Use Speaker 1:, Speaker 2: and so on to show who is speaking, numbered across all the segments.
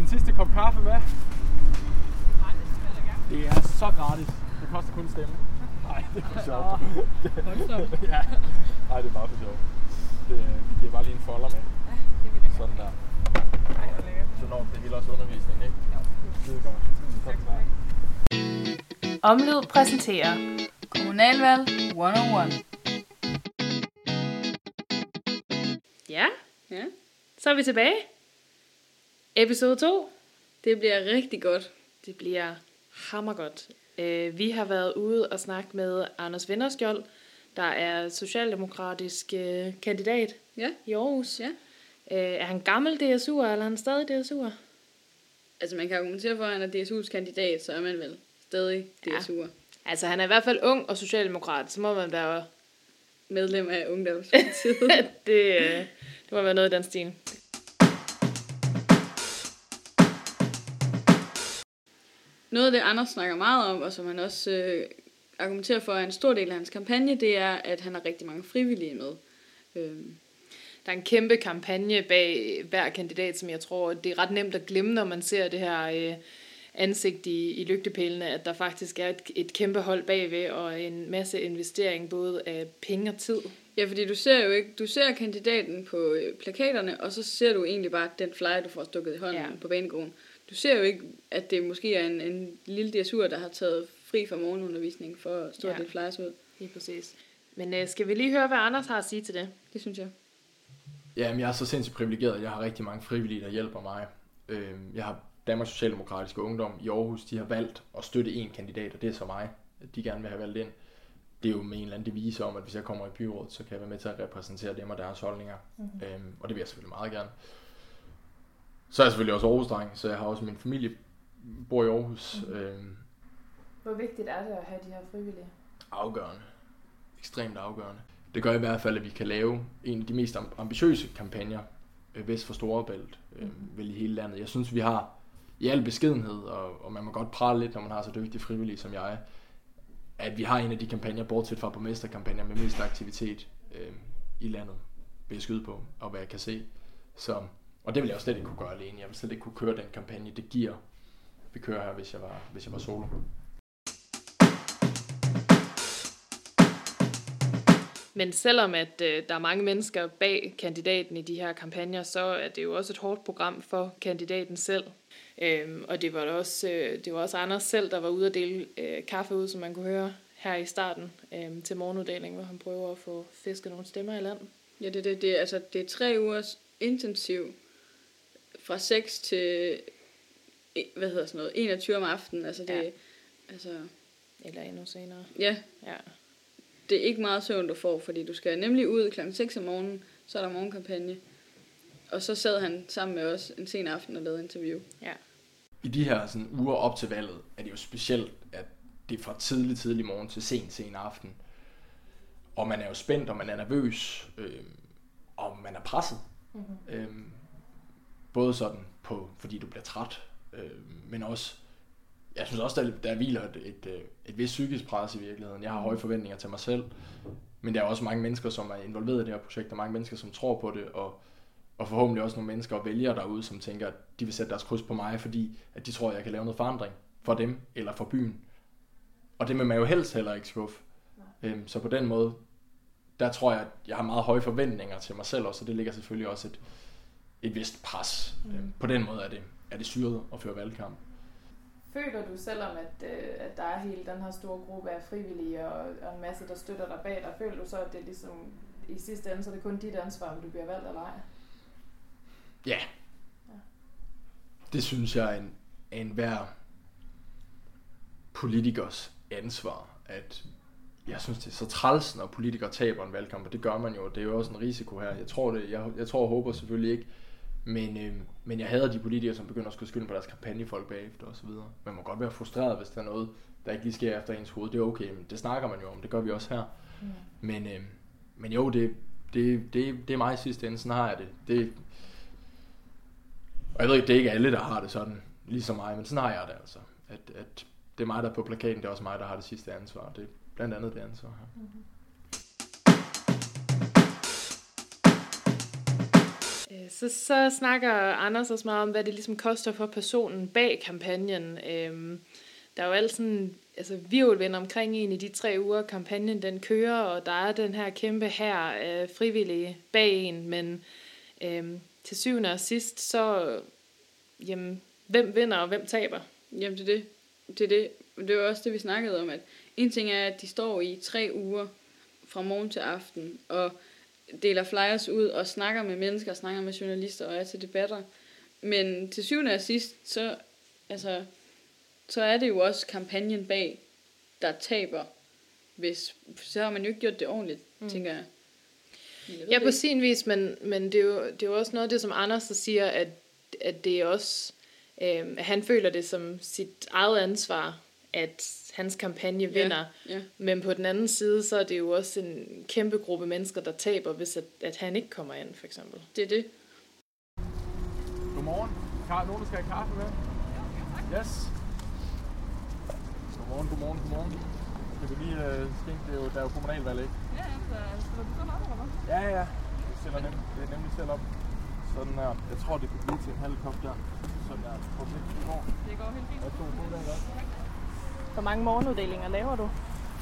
Speaker 1: den sidste kop kaffe med? Det er så gratis. Det koster kun stemme. Nej, det er for sjovt. Ja. Nej, det er bare for sjovt. Vi giver bare lige en folder med.
Speaker 2: Ja, det vil jeg godt.
Speaker 1: Sådan der.
Speaker 2: Ej, hvor lækkert.
Speaker 1: Så når det hele også undervisning, ikke?
Speaker 2: Jo.
Speaker 1: Det er godt.
Speaker 2: Tak for det.
Speaker 3: Omlyd præsenterer
Speaker 2: Kommunalvalg 101.
Speaker 3: Ja,
Speaker 2: Ja,
Speaker 3: så er vi tilbage. Episode 2.
Speaker 2: det bliver rigtig godt.
Speaker 3: Det bliver hammergodt. Vi har været ude og snakke med Anders Vinderskjold, der er socialdemokratisk kandidat
Speaker 2: Ja,
Speaker 3: i Aarhus.
Speaker 2: ja.
Speaker 3: Er han gammel DSU'er, eller er han stadig DSU'er?
Speaker 2: Altså man kan argumentere for, at han er DSU's kandidat, så er man vel stadig DSU'er.
Speaker 3: Altså han er i hvert fald ung og socialdemokrat, så må man være
Speaker 2: Medlem af Ungdomspartiet.
Speaker 3: det må være noget i den stil.
Speaker 2: Noget af det, Anders snakker meget om, og som han også argumenterer for, er en stor del af hans kampagne, det er, at han har rigtig mange frivillige med.
Speaker 3: Der er en kæmpe kampagne bag hver kandidat, som jeg tror, det er ret nemt at glemme, når man ser det her ansigt i lygtepælene, at der faktisk er et kæmpe hold bagved, og en masse investering, både af penge og tid.
Speaker 2: Ja, fordi du ser jo ikke, du ser kandidaten på plakaterne, og så ser du egentlig bare den flyer, du får stukket i hånden på banegården. Du ser jo ikke, at det måske er en lille DSU'er, der har taget fri fra morgenundervisning for at stå det flyers ud.
Speaker 3: Lige præcis. Men skal vi lige høre, hvad Anders har at sige til det?
Speaker 2: Det synes jeg.
Speaker 1: Jamen, jeg er så sindssygt privilegeret. Jeg har rigtig mange frivillige, der hjælper mig. Jeg har Danmarks Socialdemokratiske Ungdom i Aarhus. De har valgt at støtte en kandidat, og det er så mig. De gerne vil have valgt ind. Det er jo med en eller anden devise om, at hvis jeg kommer i byrådet, så kan jeg være med til at repræsentere dem og deres holdninger. Mm-hmm. Og det vil jeg selvfølgelig meget gerne. Så er jeg selvfølgelig også Aarhus-dreng, så jeg har også min familie bor i Aarhus. Mm-hmm.
Speaker 3: Hvor vigtigt er det at have de her frivillige?
Speaker 1: Afgørende. Ekstremt afgørende. Det gør i hvert fald, at vi kan lave en af de mest ambitiøse kampagner vest for Storebælt, vel i hele landet. Jeg synes, vi har i al beskedenhed, og man må godt prale lidt, når man har så dygtige frivillige som jeg, at vi har en af de kampagner, bortset fra borgmesterkampagner, med mest aktivitet i landet, vil jeg skyde på, og hvad jeg kan se. Så, og det vil jeg også slet ikke kunne gøre alene. Jeg vil slet ikke kunne køre den kampagne, det giver, vi kører her, hvis jeg var solo.
Speaker 3: Men selvom at der er mange mennesker bag kandidaten i de her kampagner, så er det jo også et hårdt program for kandidaten selv. Og det var også Anders selv, der var ude at dele kaffe ud, som man kunne høre her i starten til morgenuddeling, hvor han prøver at få fisket nogle stemmer i land.
Speaker 2: Ja, det er 3 ugers intensiv fra 6 til 21 om aftenen. Altså det,
Speaker 3: Eller endnu senere.
Speaker 2: Ja.
Speaker 3: Ja.
Speaker 2: Det er ikke meget søvn, du får, fordi du skal nemlig ud kl. 6 om morgenen, så er der morgenkampagne. Og så sad han sammen med os en sen aften og lavede interview.
Speaker 3: Ja.
Speaker 1: I de her sådan, uger op til valget er det jo specielt, at det er fra tidlig morgen til sen aften. Og man er jo spændt, og man er nervøs, og man er presset. Mm-hmm. Både sådan fordi du bliver træt, men også, jeg synes også, der hviler et vist psykisk pres i virkeligheden. Jeg har høje forventninger til mig selv, men der er også mange mennesker, som er involveret i det her projekt, og mange mennesker, som tror på det, og forhåbentlig også nogle mennesker og vælgere derude, som tænker, at de vil sætte deres kryds på mig, fordi at de tror, at jeg kan lave noget forandring for dem eller for byen. Og det vil man jo helst heller ikke skuffe. Så på den måde, der tror jeg, at jeg har meget høje forventninger til mig selv også, og det ligger selvfølgelig også et vist pres. På den måde er det syret at føre valgkamp.
Speaker 3: Føler du, selvom at der er hele den her store gruppe af frivillige og en masse, der støtter dig bag dig, føler du så, at det er ligesom i sidste ende, så er det kun dit ansvar, om du bliver valgt eller ej?
Speaker 1: Ja. Det synes jeg er enhver politikers ansvar, at jeg synes, det er så træls, når politikere taber en valgkamp, og det gør man jo, det er jo også en risiko her. Jeg tror og håber selvfølgelig ikke, men jeg hader de politikere, som begynder at skulle skylde på deres kampagnefolk bagefter og så videre. Man må godt være frustreret, hvis der er noget, der ikke lige sker efter ens hoved. Det er okay, men det snakker man jo om, det gør vi også her. Men jo, det er mig i sidste ende, sådan har jeg det. Og jeg ved ikke, det er ikke alle, der har det sådan, ligesom mig, men sådan har jeg det altså. At det er mig, der er på plakaten, det er også mig, der har det sidste ansvar. Det er blandt andet det ansvar her.
Speaker 3: Så snakker Anders også meget om, hvad det ligesom koster for personen bag kampagnen. Der er jo alt sådan, altså virvelvind omkring en i de 3 uger, kampagnen den kører, og der er den her kæmpe hær af frivillige bag en, men til syvende og sidst, så hvem vinder og hvem taber?
Speaker 2: Jamen det er det. Det var også det, vi snakkede om, at en ting er, at de står i 3 uger fra morgen til aften, og deler flyers ud, og snakker med mennesker, snakker med journalister, og er til debatter. Men til syvende og sidst, så er det jo også kampagnen bag, der taber, så har man jo ikke gjort det ordentligt, tænker jeg.
Speaker 3: Ja, på sin vis, men det er jo også noget af det, som Anders siger, at det er også, han føler det som sit eget ansvar, at hans kampagne vinder. Ja. Men på den anden side, så er det jo også en kæmpe gruppe mennesker, der taber, hvis at han ikke kommer ind, for eksempel.
Speaker 2: Det er det.
Speaker 1: Godmorgen. Nogen, der skal have kaffe med? Yes. Godmorgen. Kan vi lige skænke, der er jo kommunalvalg, ikke?
Speaker 4: Ja, stiller du selv op, eller hvad?
Speaker 1: Ja. Det er nemlig selv op. Sådan her. Jeg tror, det kan blive til en halv kop der. Sådan der.
Speaker 4: Det går helt fint.
Speaker 1: Jeg tog god dag også.
Speaker 4: Hvor mange morgenuddelinger laver du?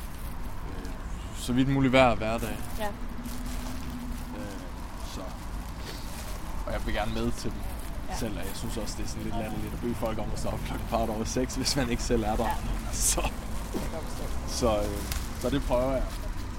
Speaker 1: Så vidt muligt hver hverdag.
Speaker 4: Ja.
Speaker 1: Så. Og jeg vil gerne med til dem selv, og jeg synes også, det er sådan lidt latterligt at bede folk om at stå op klokken 6:15, hvis man ikke selv er der. Ja. Så det prøver jeg.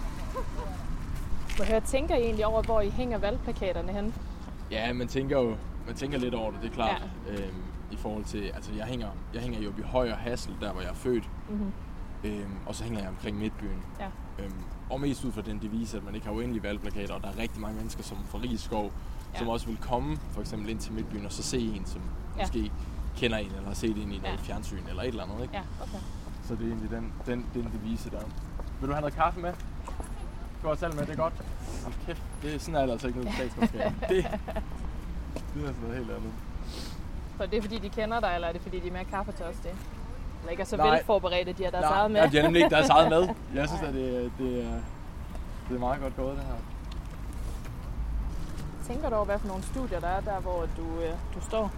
Speaker 4: Må høre, tænker I egentlig over, hvor I hænger valgplakaterne hen?
Speaker 1: Ja, man tænker lidt over det, det er klart. Ja. I forhold til, altså jeg hænger jo i Højer Hassel, der hvor jeg er født. Mm-hmm. Og så hænger jeg omkring Midtbyen. Ja. Og mest ud fra den devise, at man ikke har uendelige valgplakater, og der er rigtig mange mennesker, som fra Rigskov, som også vil komme for eksempel ind til Midtbyen, og så se en, som måske kender en, eller har set en i noget fjernsyn, eller et eller andet, ikke?
Speaker 4: Ja, okay.
Speaker 1: Så det er egentlig den devise der. Vil du have noget kaffe med? Gå også selv med, det er godt. Hold kæft, sådan er det altså ikke noget statskundskab. Det er altså noget helt andet.
Speaker 4: Så det er fordi, de kender dig, eller er det fordi, de er mere kaffetørstige? Eller ikke er så velforberedte, de har deres eget med?
Speaker 1: Nej, de har nemlig ikke deres eget med. Jeg synes, at det er meget godt gået, det her.
Speaker 4: Tænker du over, hvad for nogle studier der er der, hvor du står?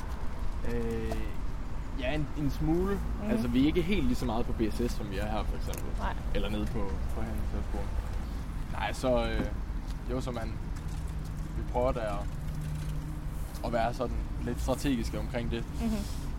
Speaker 1: Ja, en smule. Mm-hmm. Altså, vi er ikke helt lige så meget på BSS, som vi er her, for eksempel.
Speaker 4: Nej.
Speaker 1: Eller nede på Handelshøjskolen. Nej, så jo, så vi prøver der at være sådan lidt strategiske omkring det. Mm-hmm.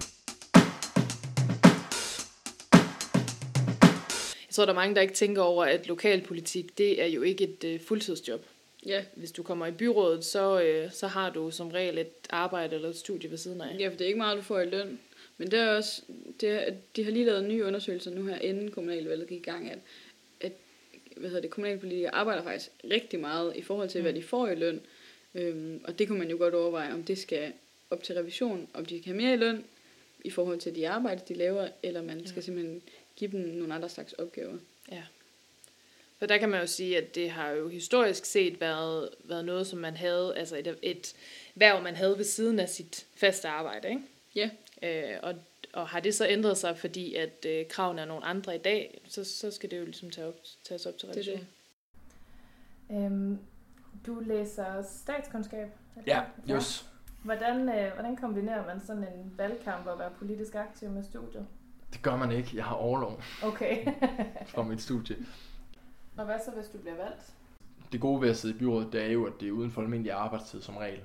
Speaker 3: Jeg tror, der er mange, der ikke tænker over, at lokalpolitik, det er jo ikke et fuldtidsjob.
Speaker 2: Ja. Hvis
Speaker 3: du kommer i byrådet, så har du som regel et arbejde eller et studie ved siden af.
Speaker 2: Ja, for det er ikke meget, du får i løn. Men det er også, de har lige lavet nye undersøgelser nu her, inden kommunalvalget gik i gang, at kommunalpolitikere arbejder faktisk rigtig meget i forhold til, hvad de får i løn. Og det kunne man jo godt overveje, om det skal op til revision, om de kan have mere i løn i forhold til de arbejde, de laver, eller man skal simpelthen give dem nogle andre slags opgaver.
Speaker 3: Ja. For der kan man jo sige, at det har jo historisk set været noget, som man havde, altså et hverv, man havde ved siden af sit faste arbejde, ikke?
Speaker 2: Ja.
Speaker 3: Og har det så ændret sig, fordi at kravene er nogle andre i dag, så skal det jo ligesom tages op til revision.
Speaker 4: Det. Du læser statskundskab?
Speaker 1: Ja, just.
Speaker 4: Hvordan kombinerer man sådan en valgkamp og være politisk aktiv med studiet?
Speaker 1: Det gør man ikke. Jeg har overlov.
Speaker 4: Okay.
Speaker 1: fra mit studie.
Speaker 4: Og hvad så, hvis du bliver valgt?
Speaker 1: Det gode ved at sidde i byrådet, det er jo, at det er uden for almindelig arbejdstid som regel.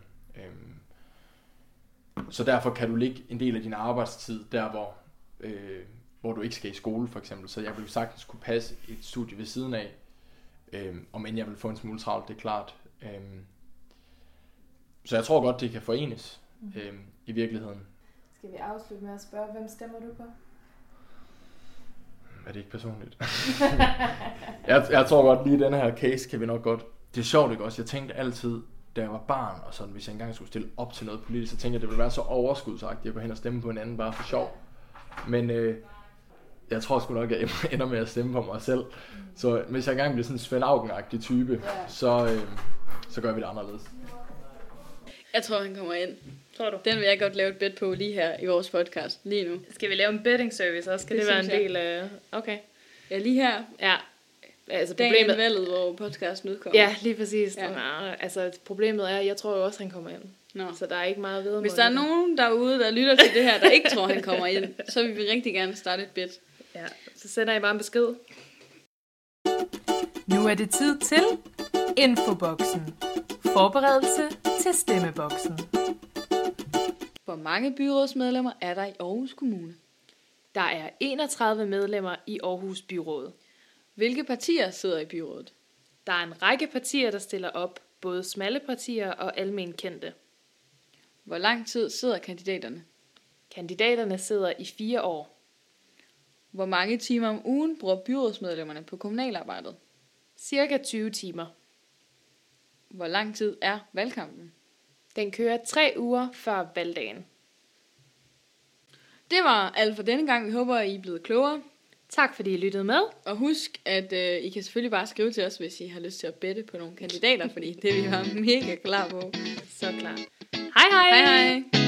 Speaker 1: Så derfor kan du lægge en del af din arbejdstid der, hvor du ikke skal i skole for eksempel. Så jeg vil sagtens kunne passe et studie ved siden af, om end jeg vil få en smule travlt, det er klart. Så jeg tror godt, det kan forenes i virkeligheden.
Speaker 4: Skal vi afslutte med at spørge, hvem stemmer du på?
Speaker 1: Er det ikke personligt? jeg tror godt, lige den her case kan vi nok godt. Det er sjovt, ikke også? Jeg tænkte altid, da jeg var barn, og sådan, hvis jeg engang skulle stille op til noget politisk, så tænkte jeg, at det ville være så overskudsagtigt at gå hen og stemme på en anden, bare for sjov. Men jeg tror sgu nok, at jeg ender med at stemme på mig selv. Så hvis jeg engang bliver sådan en Svend Auken-agtig type, så gør vi det anderledes.
Speaker 2: Jeg tror, han kommer ind. Tror du? Den vil jeg godt lave et bet på lige her i vores podcast, lige nu.
Speaker 3: Skal vi lave en betting service også? Skal det være en del af... Okay.
Speaker 2: Ja, lige her.
Speaker 3: Ja. Altså,
Speaker 2: dagen valget, hvor podcasten udkommer.
Speaker 3: Ja, lige præcis.
Speaker 2: Ja.
Speaker 3: Nå, altså, problemet er, jeg tror jo også, han kommer ind.
Speaker 2: Nå.
Speaker 3: Så der er ikke meget videre.
Speaker 2: Hvis der er nogen derude, der lytter til det her, der ikke tror, han kommer ind, så vil vi rigtig gerne starte et bit.
Speaker 3: Ja, så sender I bare en besked.
Speaker 4: Nu er det tid til Infoboksen. Forberedelse til stemmeboksen.
Speaker 2: Hvor mange byrådsmedlemmer er der i Aarhus Kommune?
Speaker 3: Der er 31 medlemmer i Aarhus Byråd.
Speaker 2: Hvilke partier sidder i byrådet?
Speaker 3: Der er en række partier, der stiller op. Både smalle partier og almen kendte.
Speaker 2: Hvor lang tid sidder kandidaterne?
Speaker 3: Kandidaterne sidder i 4 år.
Speaker 2: Hvor mange timer om ugen bruger byrådsmedlemmerne på kommunalarbejdet?
Speaker 3: Cirka 20 timer.
Speaker 2: Hvor lang tid er valgkampen?
Speaker 3: Den kører 3 uger før valgdagen.
Speaker 2: Det var alt for denne gang. Vi håber, I er blevet klogere.
Speaker 3: Tak fordi I lyttede med.
Speaker 2: Og husk, at I kan selvfølgelig bare skrive til os, hvis I har lyst til at bette på nogle kandidater, fordi det er vi bare mega klar på.
Speaker 3: Så klar. Hej hej!
Speaker 2: Hej hej!